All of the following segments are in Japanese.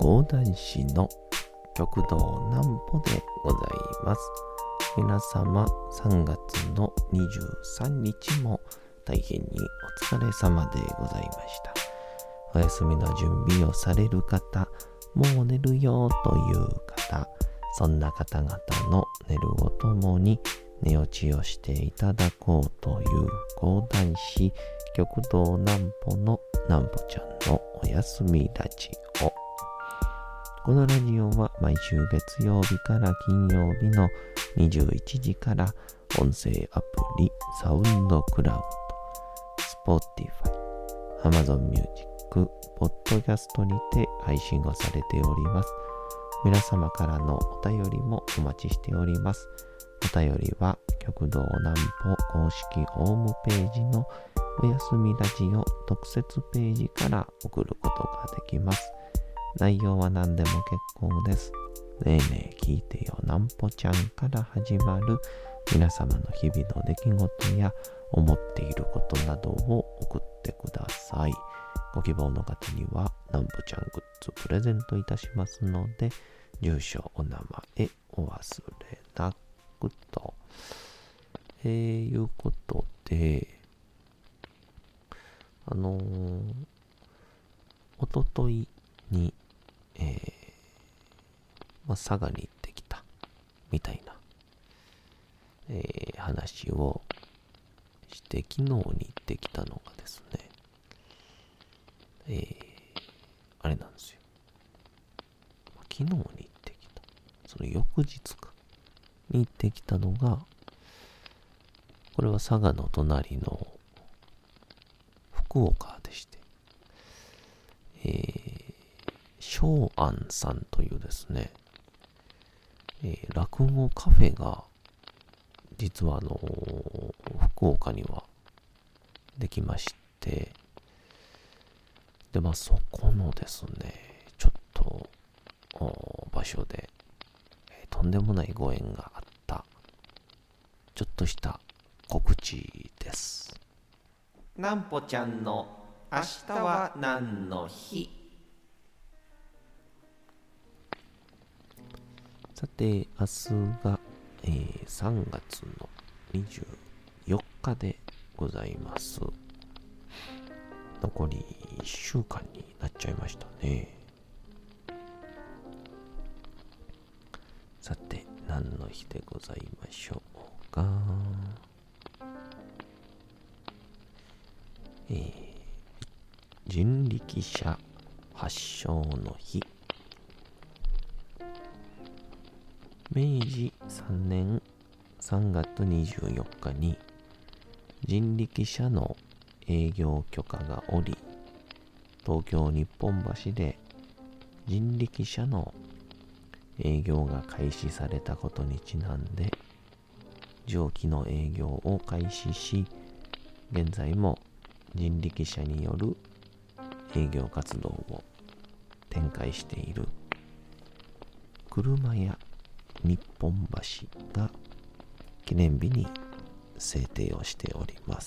講談師の極道南歩でございます。皆様3月の23日も大変にお疲れ様でございました。お休みの準備をされる方、もう寝るよという方、そんな方々の寝るをともに寝落ちをしていただこうという講談師極道南歩の南歩ちゃんのおやすみラジオ。このラジオは毎週月曜日から金曜日の21時から音声アプリサウンドクラウド、Spotify、Amazon Music、ポッドキャストにて配信をされております。皆様からのお便りもお待ちしております。お便りは極道南歩公式ホームページのおやすみラジオ特設ページから送ることができます。内容は何でも結構です。ねえねえ聞いてよ南歩ちゃんから始まる皆様の日々の出来事や思っていることなどを送ってください。ご希望の方には南歩ちゃんグッズプレゼントいたしますので、住所お名前お忘れなくと、いうことで、おとといに、佐賀に行ってきたみたいな、話をして昨日に行ってきたのがですね、あれなんですよ。昨日に行ってきた、その翌日に行ってきたのが、これは佐賀の隣の福岡でして、松庵さんというですね、落語カフェが実は福岡にはできまして、でそこのですねちょっと場所で、とんでもないご縁があったちょっとした告知です。なんぽちゃんの明日は何の日。さて明日が、3月の24日でございます。残り1週間になっちゃいましたね。さて何の日でございましょうか。人力車発祥の日。明治3年3月24日に人力車の営業許可が下り、東京日本橋で人力車の営業が開始されたことにちなんで、蒸気の営業を開始し、現在も人力車による営業活動を展開している車屋日本橋が記念日に制定をしております。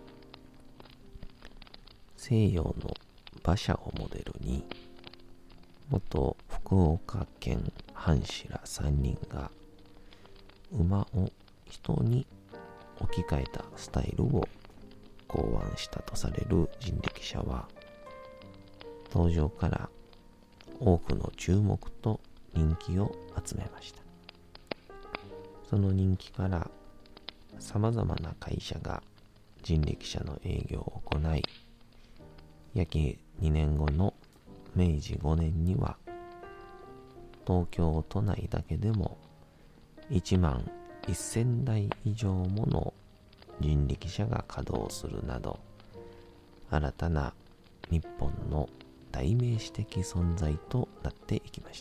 西洋の馬車をモデルに、元福岡県藩士ら3人が馬を人に置き換えたスタイルを考案したとされる人力車は、登場から多くの注目と人気を集めました。その人気から様々な会社が人力車の営業を行い、約2年後の明治5年には東京都内だけでも1万1000台以上もの人力車が稼働するなど、新たな日本の代名詞的存在となっていきました。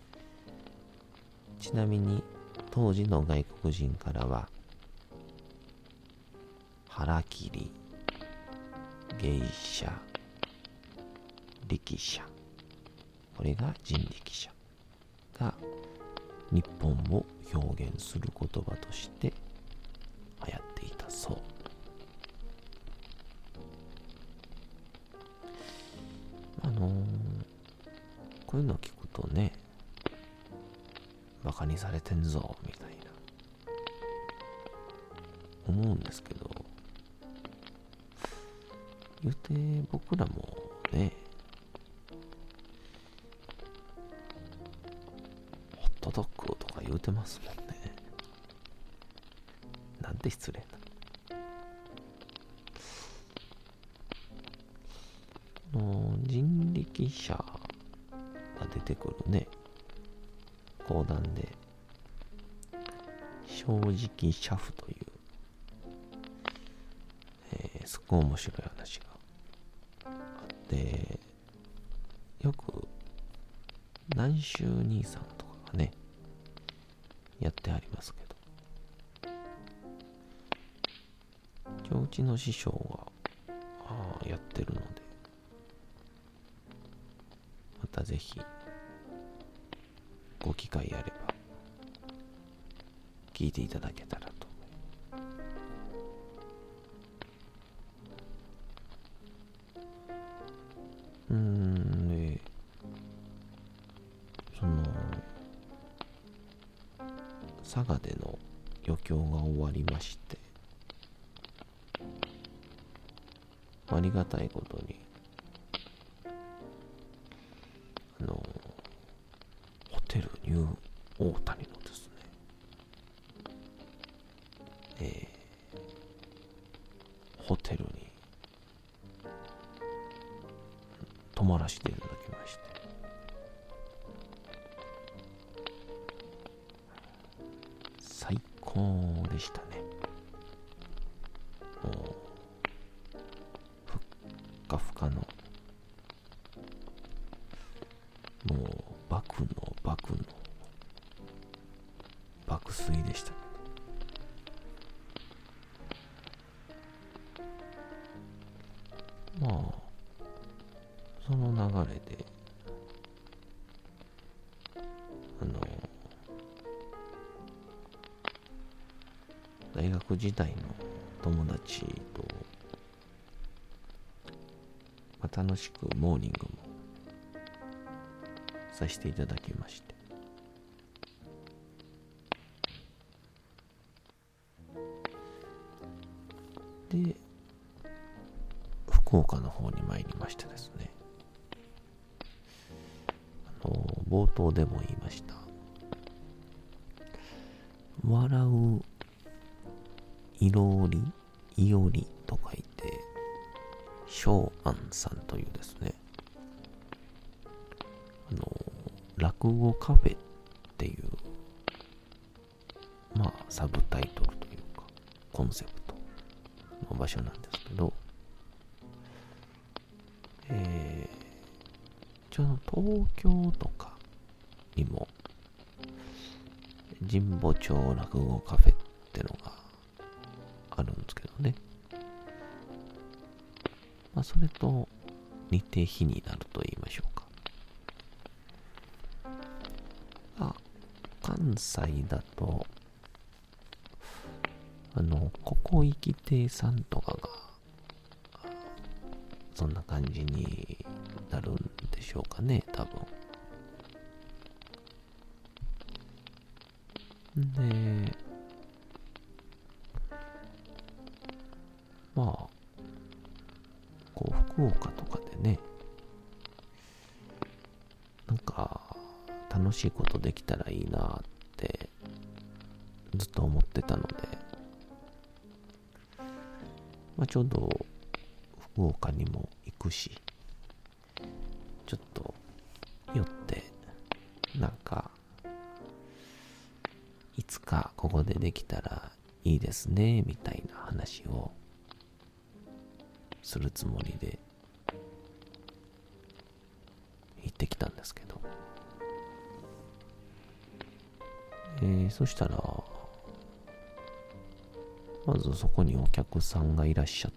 ちなみに当時の外国人からは、腹切り、芸者、力車、これが人力車が日本を表現する言葉として流行っていたそう。 こういうの聞くとね、バカにされてんぞみたいな思うんですけど、言うて僕らもね、ホットドッグとか言うてますもんね。なんて失礼な。人力車が出てくるね、講談で正直シャフという、すっごい面白い話があって、よく南州兄さんとかがねやってありますけど、うちの師匠がやってるので、またぜひご機会あれば聞いていただけたらと思い。で、佐賀での余興が終わりまして、ありがたいことにホテルニューオータニのですね、ホテルに泊まらせていただきまして、最高でしたね。もうふっかふかの、もう爆睡でした。まあその流れで大学時代の友達と、楽しくモーニングもさせていただきまして、で福岡の方に参りましてですね、冒頭でも言いました、笑ういろりと書いて松庵さんというですね、落語カフェっていうサブタイトルというかコンセプトの場所なんですけど、ちょうど東京とかにも神保町落語カフェってのがあるんですけどね、それと似て非になると言いましょうか。関西だとここ行き亭さんとかがそんな感じになるんでしょうかね、多分。で、福岡とかでね、なんか楽しいことできたらいいなってずっと思ってたので、ちょうど福岡にも行くし、ちょっと寄ってなんかいつかここでできたらいいですねみたいな話をするつもりで行ってきたんですけど、そしたらまずそこにお客さんがいらっしゃって、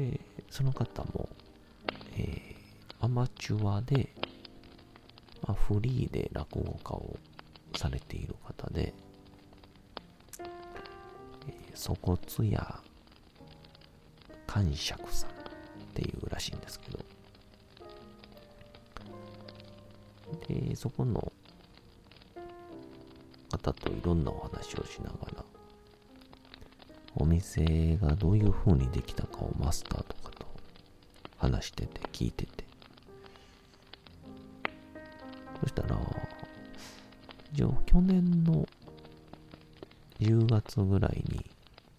でその方も、アマチュアで、フリーで落語家をされている方で、粗骨屋寛釈さんっていうらしいんですけど、でそこの方といろんなお話をしながら、お店がどういう風にできたかをマスターとかと話してて聞いてて、そしたら去年の10月ぐらいに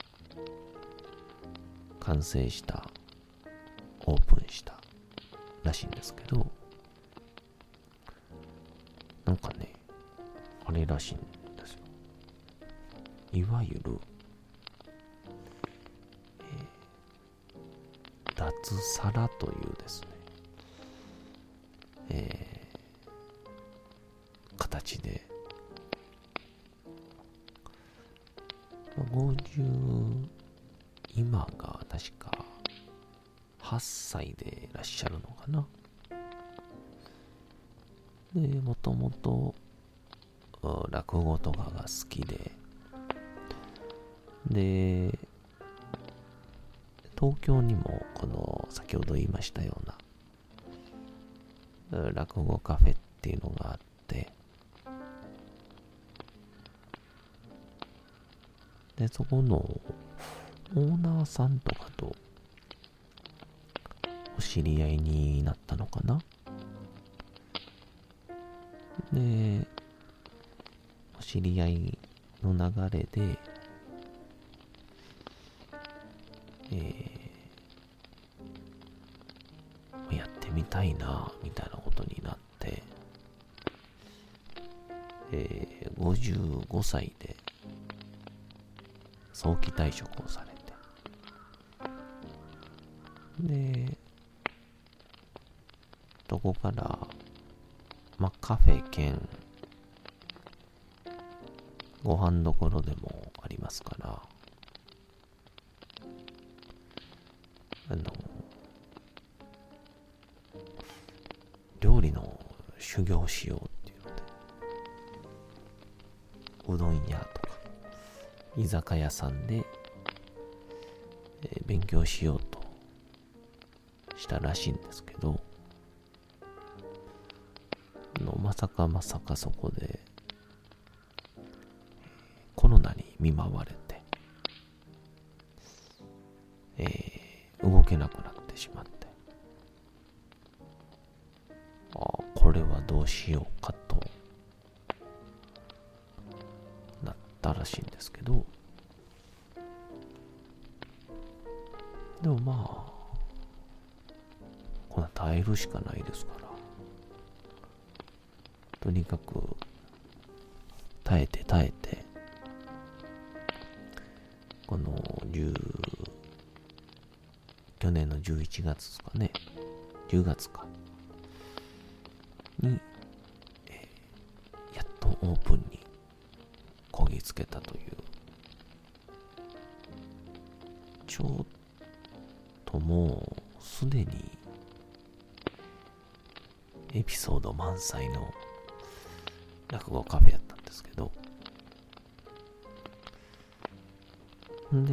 完成したオープンしたらしいんですけど、なんかね、あれらしいんですよ。いわゆる、脱サラというですね、形で、50、今が確か8歳でいらっしゃるのかな。で、もともと落語とかが好きで、東京にもこの先ほど言いましたような落語カフェっていうのがあって、でそこのオーナーさんとかとお知り合いになったのかな。でお知り合いの流れで、やってみたいなみたいなことになって、55歳で早期退職をされて、でそこからカフェ兼ご飯どころでもありますから、料理の修行をしようっていうので、うどん屋とか居酒屋さんで、勉強しようとしたらしいんですけど、まさかそこでコロナに見舞われて、動けなくなってしまって、これはどうしようかとなったらしいんですけど、でもこんな耐えるしかないですから、とにかく耐えてこの去年の11月ですかね、10月かに、やっとオープンにこぎつけたという、ちょっともうすでにエピソード満載の落語カフェやったんですけど、で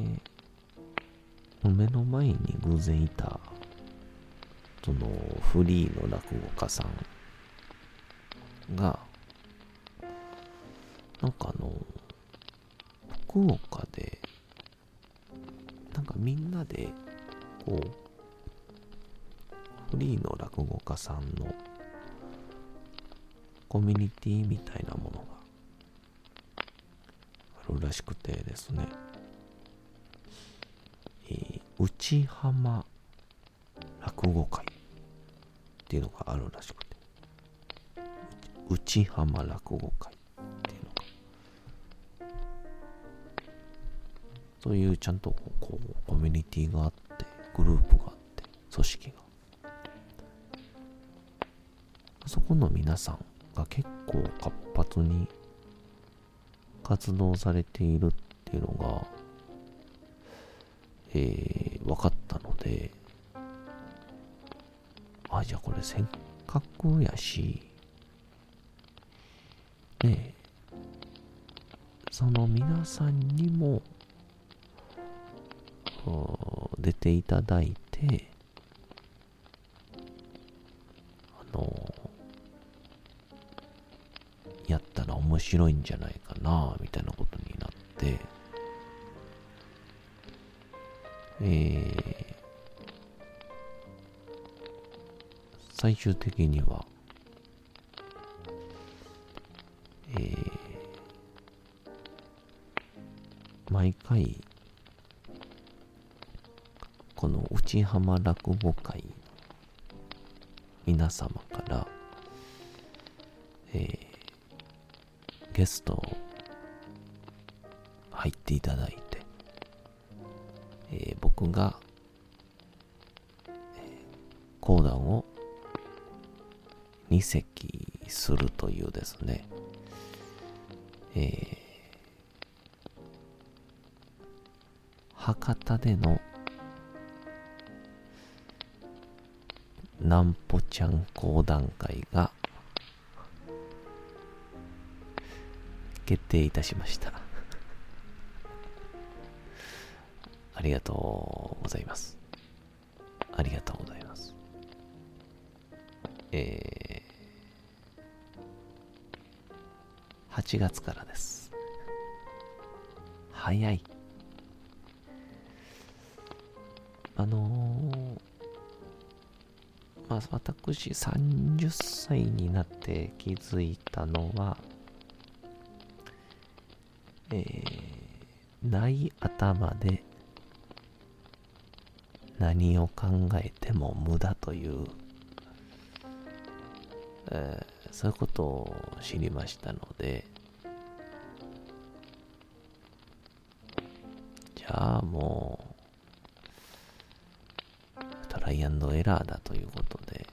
目の前に偶然いたそのフリーの落語家さんが、なんか福岡でなんかみんなでこうフリーの落語家さんのコミュニティみたいなものがあるらしくてですね、内浜落語会っていうのがあるらしくて、内浜落語会っていうのが、そういうちゃんとこうコミュニティがあって、グループがあって、組織が、そこの皆さんが結構活発に活動されているっていうのが、分かったので、じゃあこれせっかくやし、ねえ、その皆さんにも出ていただいて、 面白いんじゃないかなみたいなことになって、最終的には、毎回この内浜落語会の皆様から、ゲスト入っていただいて、僕が、講談を2席するというですね、博多でのなんぽちゃん講談会が決定いたしました。ありがとうございます。ありがとうございます。8月からです。早い。私30歳になって気づいたのは、ない頭で何を考えても無駄という、そういうことを知りましたので、じゃあもうトライアンドエラーだということで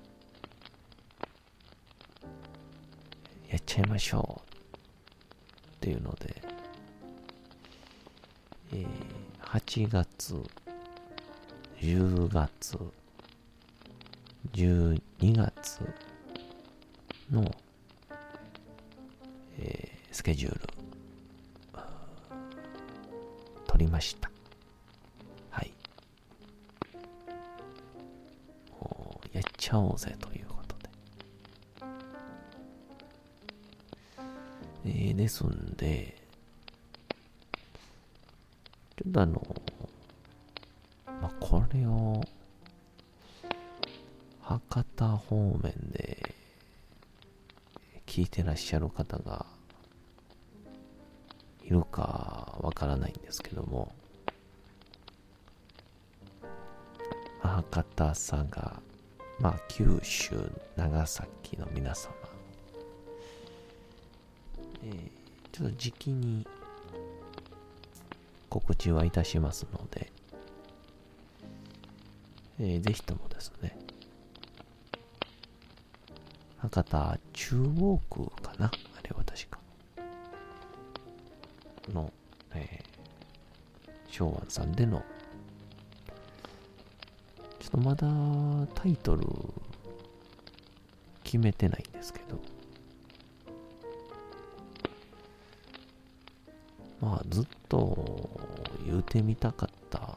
やっちゃいましょうっていうので、8月、10月、12月の、スケジュール取りました。はい。もうやっちゃおうぜということで。ですんで、ちょっとこれを博多方面で聞いてらっしゃる方がいるかわからないんですけども、博多、佐賀、九州、長崎の皆様、ちょっと時期に告知はいたしますので、ぜひともですね、博多中央区かな、あれは確かの、昭和さんでの、ちょっとまだタイトル決めてないんですけど、ずっと言うてみたかった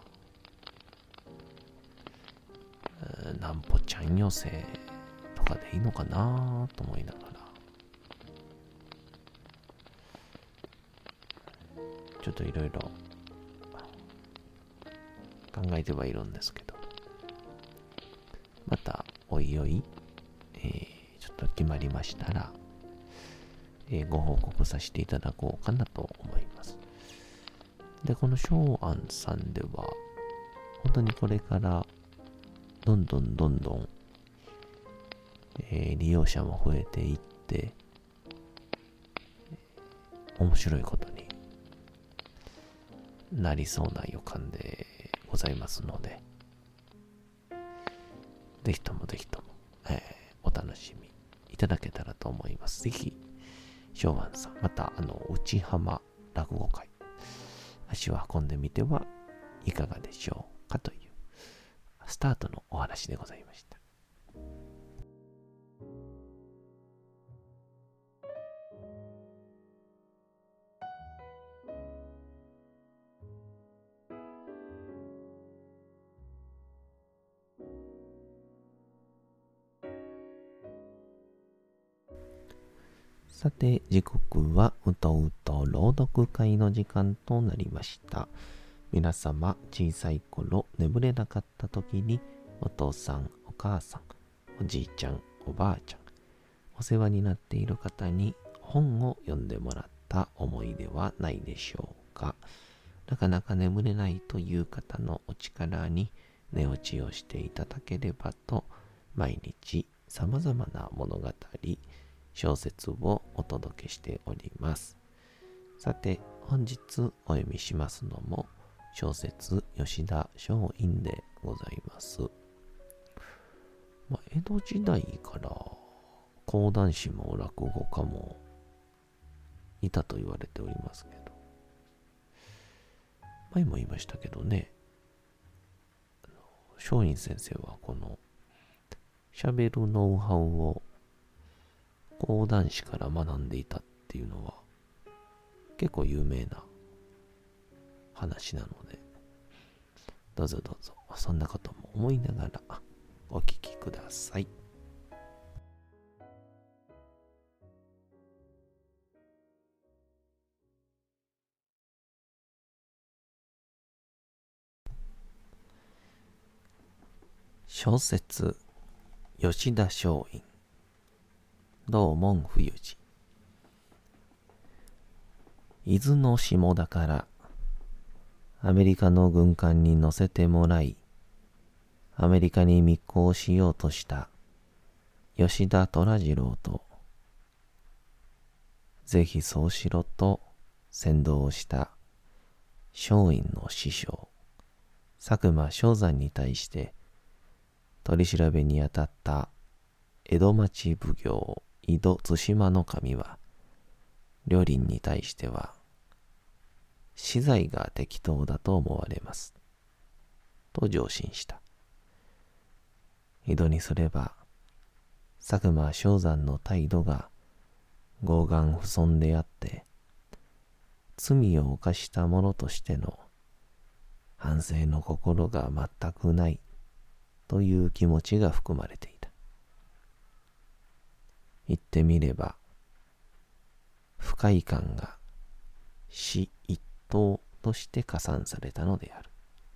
なんぽちゃん寄せとかでいいのかなと思いながら、ちょっといろいろ考えてはいるんですけど、またおいおい、ちょっと決まりましたら、ご報告させていただこうかなと思います。で、この松庵さんでは本当にこれからどんどん、利用者も増えていって、面白いことになりそうな予感でございますので、ぜひとも、お楽しみいただけたらと思います。ぜひ松庵さん、また内浜落語会、足を運んでみてはいかがでしょうかというスタートのお話でございました。 さて、時刻はうとうと朗読会の時間となりました。皆様、小さい頃眠れなかった時に、お父さん、お母さん、おじいちゃん、おばあちゃん、お世話になっている方に本を読んでもらった思い出はないでしょうか。なかなか眠れないという方のお力に寝落ちをしていただければと、毎日様々な物語、小説をお届けしております。さて、本日お読みしますのも小説吉田松陰でございます。江戸時代から講談師も落語家もいたと言われておりますけど、前も言いましたけどね、松陰先生はこの喋るノウハウを講談師から学んでいたっていうのは結構有名な話なので、どうぞどうぞそんなことも思いながらお聞きください。小説吉田松陰道門冬治。伊豆の下田からアメリカの軍艦に乗せてもらい、アメリカに密航しようとした吉田虎次郎と、ぜひそうしろと先導をした松陰の師匠佐久間象山に対して取り調べにあたった江戸町奉行井戸対馬守は、両輪に対しては死罪が適当だと思われますと上申した。井戸にすれば佐久間象山の態度が傲岸不遜であって、罪を犯した者としての反省の心が全くないという気持ちが含まれていた。言ってみれば不快感が死一等として加算されたのである。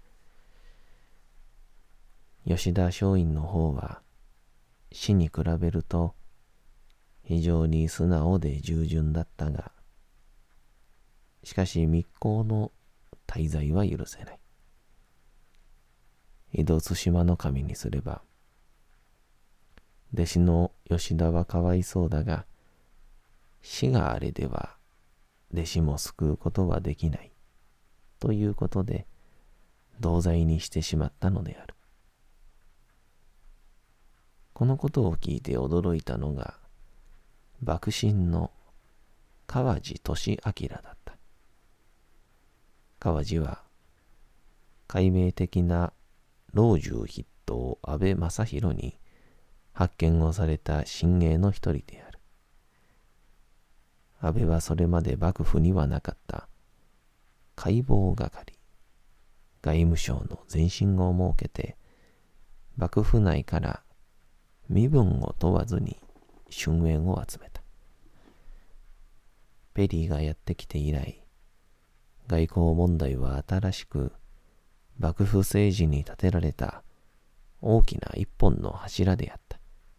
吉田松陰の方は死に比べると非常に素直で従順だったが、しかし密航の滞在は許せない。井戸対馬守にすれば、弟子の吉田はかわいそうだが、死があれでは弟子も救うことはできないということで同罪にしてしまったのである。このことを聞いて驚いたのが幕臣の川路俊明だった。川路は解明的な老中筆頭安倍正弘に発見をされた親衛の一人である。安倍はそれまで幕府にはなかった解剖係、外務省の前身を設けて、幕府内から身分を問わずに春縁を集めた。ペリーがやってきて以来、外交問題は新しく幕府政治に立てられた大きな一本の柱であった。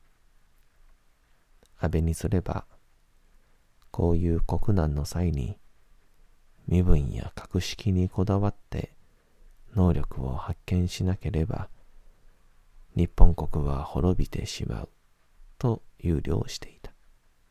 安倍にすれば、こういう国難の際に身分や格式にこだわって能力を発見しなければ、日本国は滅びてしまうと憂慮していた。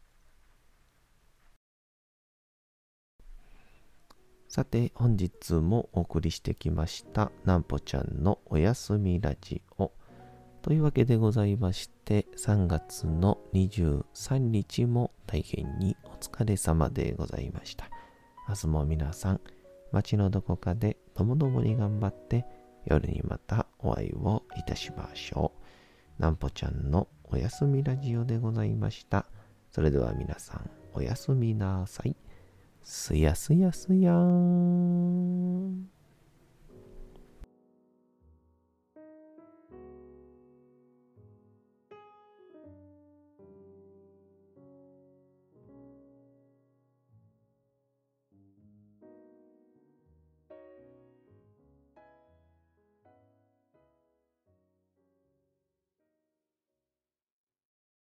さて、本日もお送りしてきましたなんぽちゃんのおやすみラジオというわけでございまして、3月の23日も大変にお疲れ様でございました。明日も皆さん街のどこかでともどもに頑張って夜にまたお会いをいたしましょう。なんぽちゃんのおやすみラジオでございました。それでは皆さんおやすみなさい。すやすやすやーん。